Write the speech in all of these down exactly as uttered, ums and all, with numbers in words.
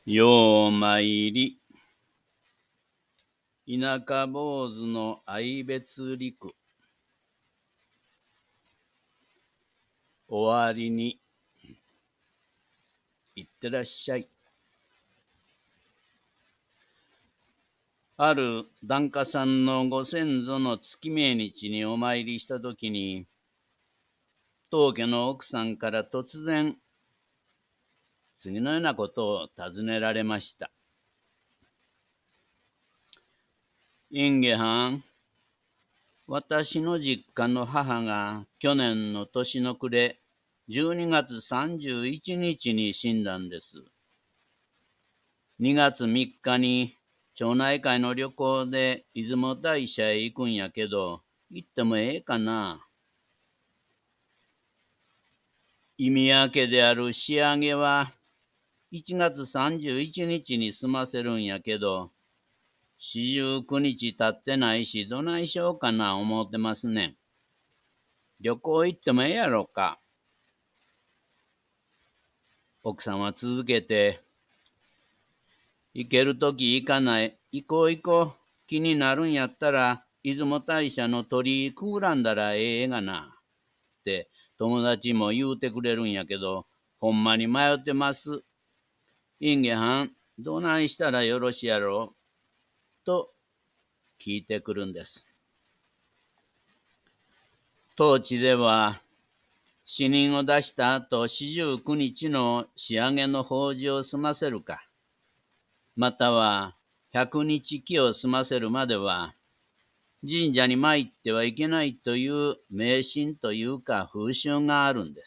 ようまいり、田舎坊主の愛別陸。終わりに、いってらっしゃい。ある檀家さんのご先祖の月命日にお参りしたときに、当家の奥さんから突然、次のようなことを尋ねられました。インゲはん、私の実家の母が去年の年の暮れ、じゅうにがつさんじゅういちにちに死んだんです。にがつみっかに町内会の旅行で出雲大社へ行くんやけど、行ってもええかな。意味明けである仕上げはいちがつさんじゅういちにちに済ませるんやけど、四十九日経ってないし、どないしようかな思ってますねん。旅行行ってもええやろか。奥さんは続けて、行けるとき行かない、行こう行こう、気になるんやったら、出雲大社の鳥居くぐらんだらええがな。って友達も言うてくれるんやけど、ほんまに迷ってます。インゲはん、どないしたらよろしやろうと聞いてくるんです。当地では、死人を出した後四十九日の仕上げの法事を済ませるか、または百日忌を済ませるまでは、神社に参ってはいけないという迷信というか風習があるんです。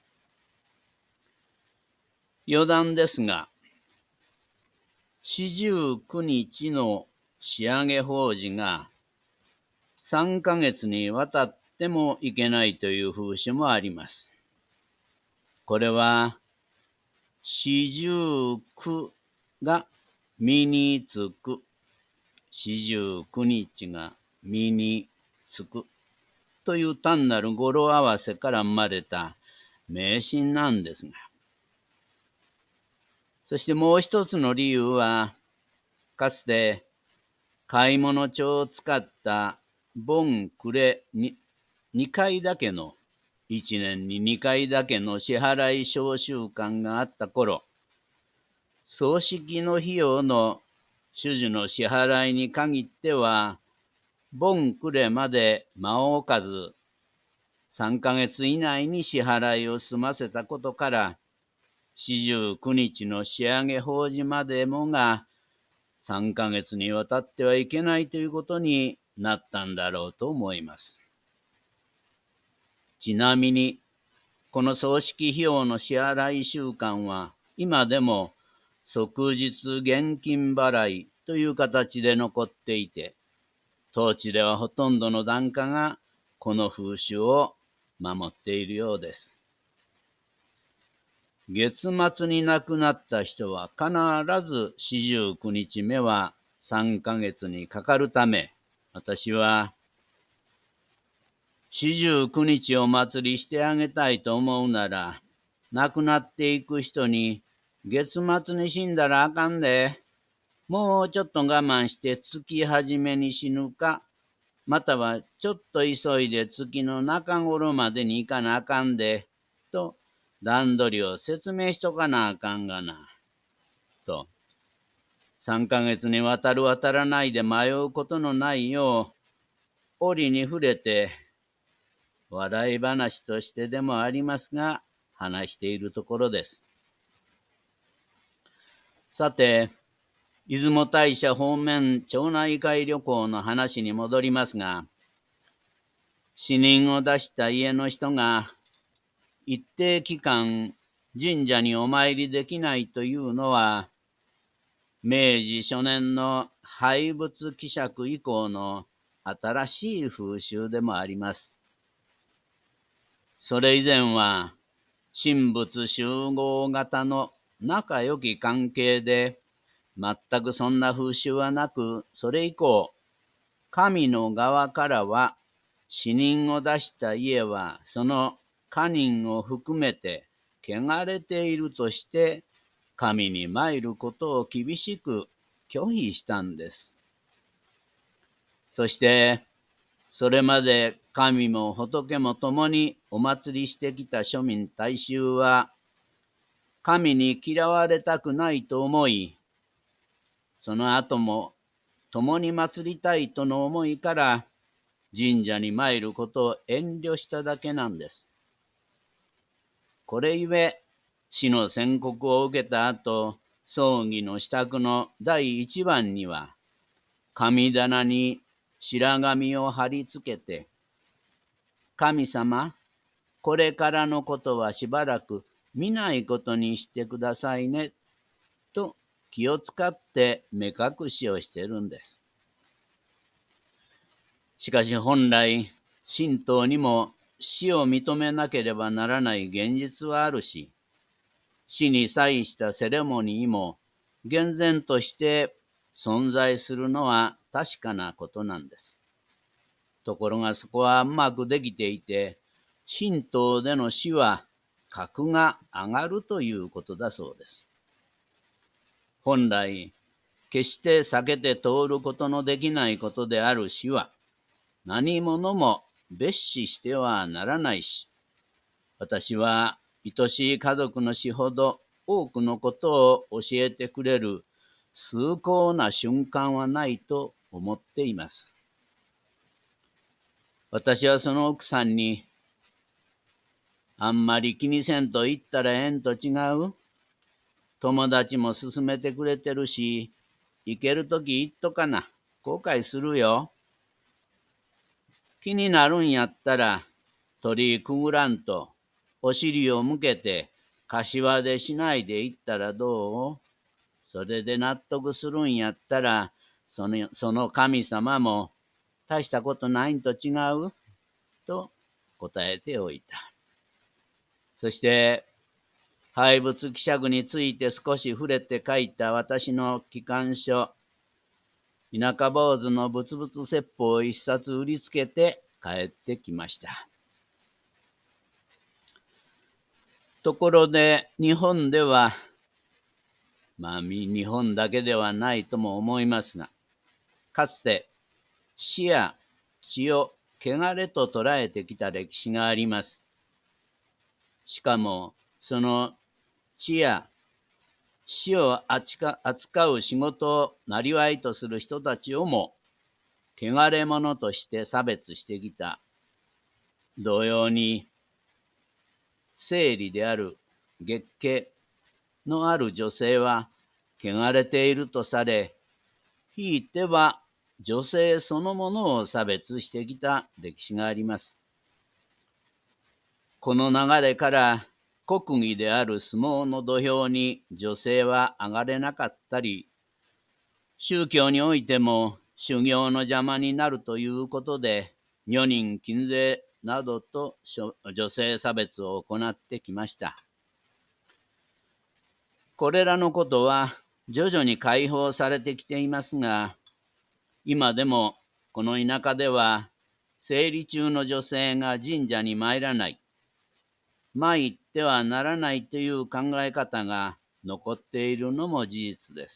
余談ですが、四十九日の仕上げ法事が三ヶ月にわたってもいけないという風習もあります。これは四十九が身につく、四十九日が身につくという単なる語呂合わせから生まれた迷信なんですが、そしてもう一つの理由は、かつて買い物帳を使った盆暮れににかいだけの、いちねんににかいだけの支払い召集慣があった頃、葬式の費用の種々の支払いに限っては、盆暮れまで間を置かず、さんかげつ以内に支払いを済ませたことから、四十九日の仕上げ法事までもがさんかげつにわたってはいけないということになったんだろうと思います。ちなみに、この葬式費用の支払い習慣は、今でも即日現金払いという形で残っていて、当地ではほとんどの檀家がこの風習を守っているようです。月末に亡くなった人は必ず四十九日目は三ヶ月にかかるため、私は四十九日お祭りしてあげたいと思うなら、亡くなっていく人に月末に死んだらあかんで、もうちょっと我慢して月初めに死ぬか、またはちょっと急いで月の中頃までに行かなあかんで、と段取りを説明しとかなあかんがな。と、三ヶ月に渡る渡らないで迷うことのないよう、折に触れて、笑い話としてでもありますが、話しているところです。さて、出雲大社方面町内会旅行の話に戻りますが、死人を出した家の人が一定期間神社にお参りできないというのは、明治初年の廃仏毀釈以降の新しい風習でもあります。それ以前は神仏集合型の仲良き関係で、全くそんな風習はなく、それ以降、神の側からは死人を出した家はその家人を含めて汚れているとして神に参ることを厳しく拒否したんです。そして、それまで神も仏も共にお祭りしてきた庶民大衆は、神に嫌われたくないと思い、その後も共に祭りたいとの思いから神社に参ることを遠慮しただけなんです。これゆえ、死の宣告を受けた後、葬儀の支度の第一番には、神棚に白紙を貼り付けて、神様、これからのことはしばらく見ないことにしてくださいね、と気を使って目隠しをしてるんです。しかし本来、神道にも死を認めなければならない現実はあるし、死に際したセレモニーも厳然として存在するのは確かなことなんです。ところがそこはうまくできていて、神道での死は格が上がるということだそうです。本来、決して避けて通ることのできないことである死は、何者も蔑視してはならないし、私は愛しい家族の死ほど多くのことを教えてくれる崇高な瞬間はないと思っています。私はその奥さんに、あんまり気にせんと言ったらええんと違う？友達も勧めてくれてるし、行けるとき行っとかな。後悔するよ。気になるんやったら、鳥居くぐらんと、お尻を向けて、柏でしないで行ったらどう？それで納得するんやったら、その、その神様も、大したことないんと違う？と答えておいた。そして、廃仏希釈について少し触れて書いた私の機関書、田舎坊主の仏々説法を一冊売りつけて帰ってきました。ところで日本では、まあ日本だけではないとも思いますが、かつて死や血を汚れと捉えてきた歴史があります。しかもその血や死を扱う仕事をなりわいとする人たちをも、汚れ者として差別してきた。同様に、生理である月経のある女性は、汚れているとされ、ひいては女性そのものを差別してきた歴史があります。この流れから、国技である相撲の土俵に女性は上がれなかったり、宗教においても修行の邪魔になるということで、女人禁制などと女性差別を行ってきました。これらのことは徐々に解放されてきていますが、今でもこの田舎では生理中の女性が神社に参らない、参ってはならないという考え方が残っているのも事実です。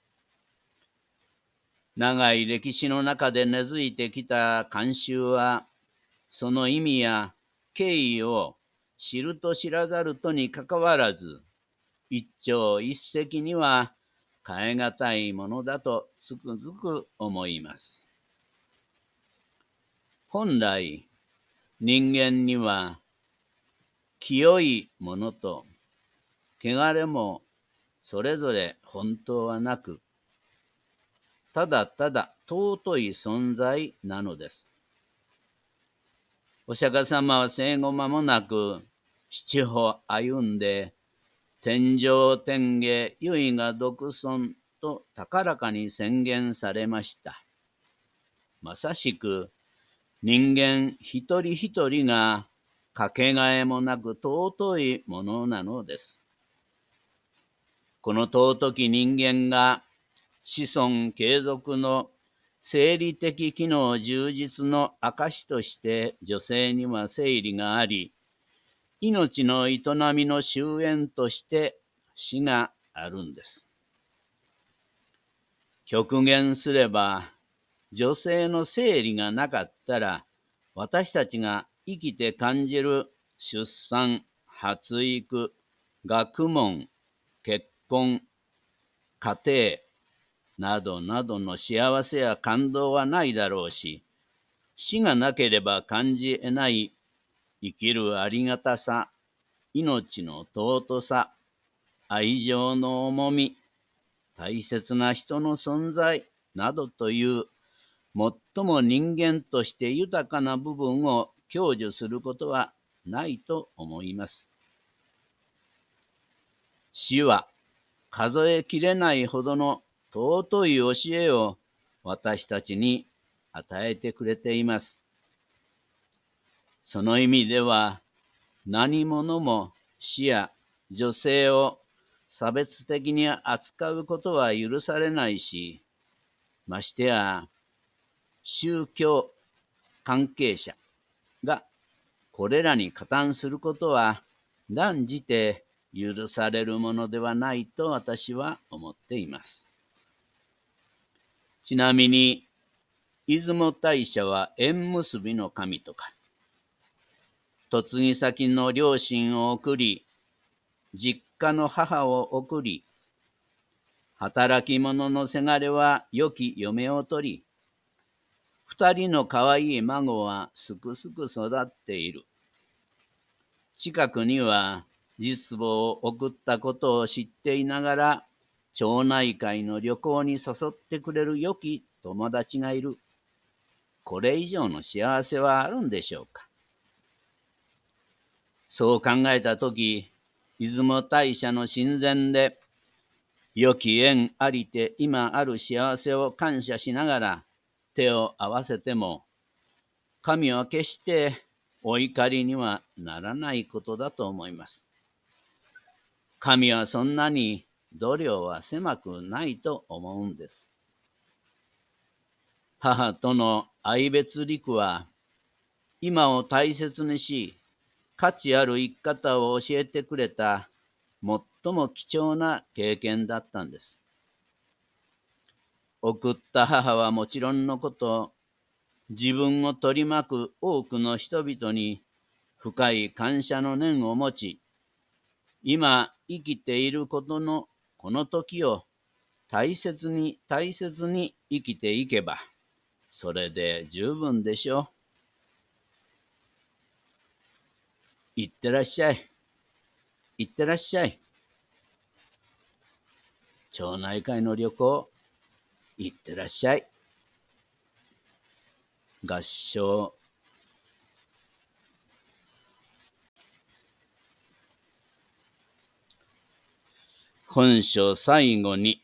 長い歴史の中で根付いてきた慣習は、その意味や経緯を知ると知らざるとにかかわらず、一朝一夕には変え難いものだとつくづく思います。本来、人間には清いものと汚れもそれぞれ本当はなく、ただただ尊い存在なのです。お釈迦様は生後間もなく七歩歩んで、天上天下唯我独尊と高らかに宣言されました。まさしく人間一人一人がかけがえもなく尊いものなのです。この尊き人間が子孫継続の生理的機能充実の証として女性には生理があり、命の営みの終焉として死があるんです。極言すれば、女性の生理がなかったら、私たちが生きて感じる出産、発育、学問、結婚、家庭などなどの幸せや感動はないだろうし、死がなければ感じ得ない生きるありがたさ、命の尊さ、愛情の重み、大切な人の存在などという最も人間として豊かな部分を享受することはないと思います。死は数えきれないほどの尊い教えを私たちに与えてくれています。その意味では、何者も死や女性を差別的に扱うことは許されないし、ましてや宗教関係者がこれらに加担することは断じて許されるものではないと私は思っています。ちなみに、出雲大社は縁結びの神とか、嫁ぎ先の両親を送り、実家の母を送り、働き者のせがれは良き嫁を取り、二人の可愛い孫はすくすく育っている。近くには実母を送ったことを知っていながら、町内会の旅行に誘ってくれる良き友達がいる。これ以上の幸せはあるんでしょうか。そう考えたとき、出雲大社の神前で、良き縁ありて今ある幸せを感謝しながら手を合わせても、神は決してお怒りにはならないことだと思います。神はそんなに度量は狭くないと思うんです。母との愛別離苦は、今を大切にし、価値ある生き方を教えてくれた最も貴重な経験だったんです。送った母はもちろんのこと、自分を取り巻く多くの人々に深い感謝の念を持ち、今生きていることのこの時を大切に大切に生きていけば、それで十分でしょう。いってらっしゃい。いってらっしゃい。町内会の旅行、いってらっしゃい。合唱。本書最後に、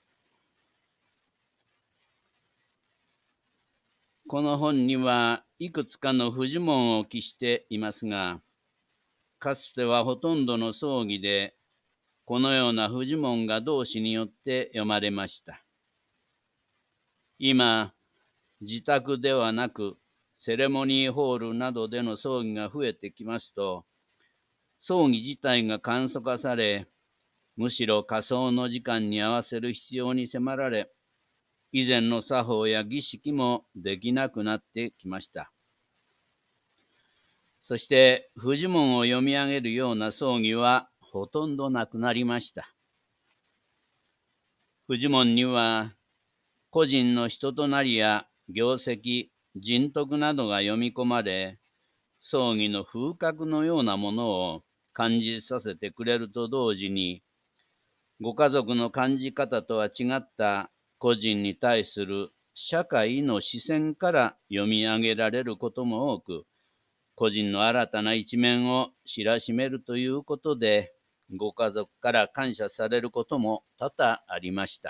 この本にはいくつかの不呪文を記していますが、かつてはほとんどの葬儀で、このような不呪文が同志によって読まれました。今、自宅ではなく、セレモニーホールなどでの葬儀が増えてきますと、葬儀自体が簡素化され、むしろ火葬の時間に合わせる必要に迫られ、以前の作法や儀式もできなくなってきました。そして、不呪文を読み上げるような葬儀はほとんどなくなりました。不呪文には、個人の人となりや業績、人徳などが読み込まれ、葬儀の風格のようなものを感じさせてくれると同時に、ご家族の感じ方とは違った個人に対する社会の視線から読み上げられることも多く、個人の新たな一面を知らしめるということで、ご家族から感謝されることも多々ありました。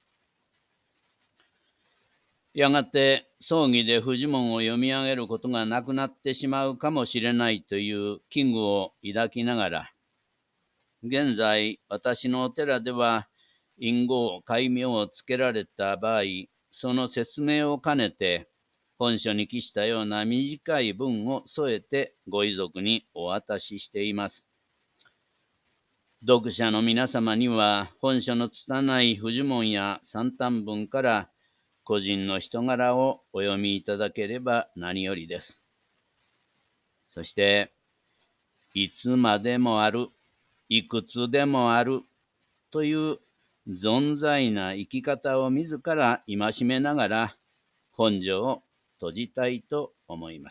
やがて葬儀で不呪文を読み上げることがなくなってしまうかもしれないという危惧を抱きながら、現在私のお寺では隠語、戒名をつけられた場合、その説明を兼ねて、本書に記したような短い文を添えてご遺族にお渡ししています。 読者の皆様には本書の拙い不呪文や三短文から個人の人柄をお読みいただければ何よりです。そして、いつまでもある、いくつでもあるという存在な生き方を自ら戒めながら本書を閉じたいと思います。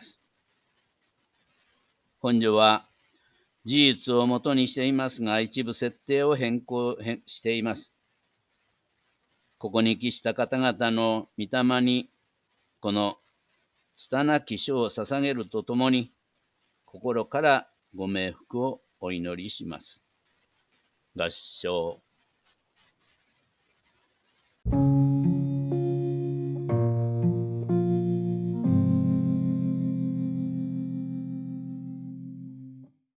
本書は事実をもとにしていますが、一部設定を変更しています。ここに帰した方々の御霊に、この拙き書を捧げるとともに、心からご冥福をお祈りします。合唱。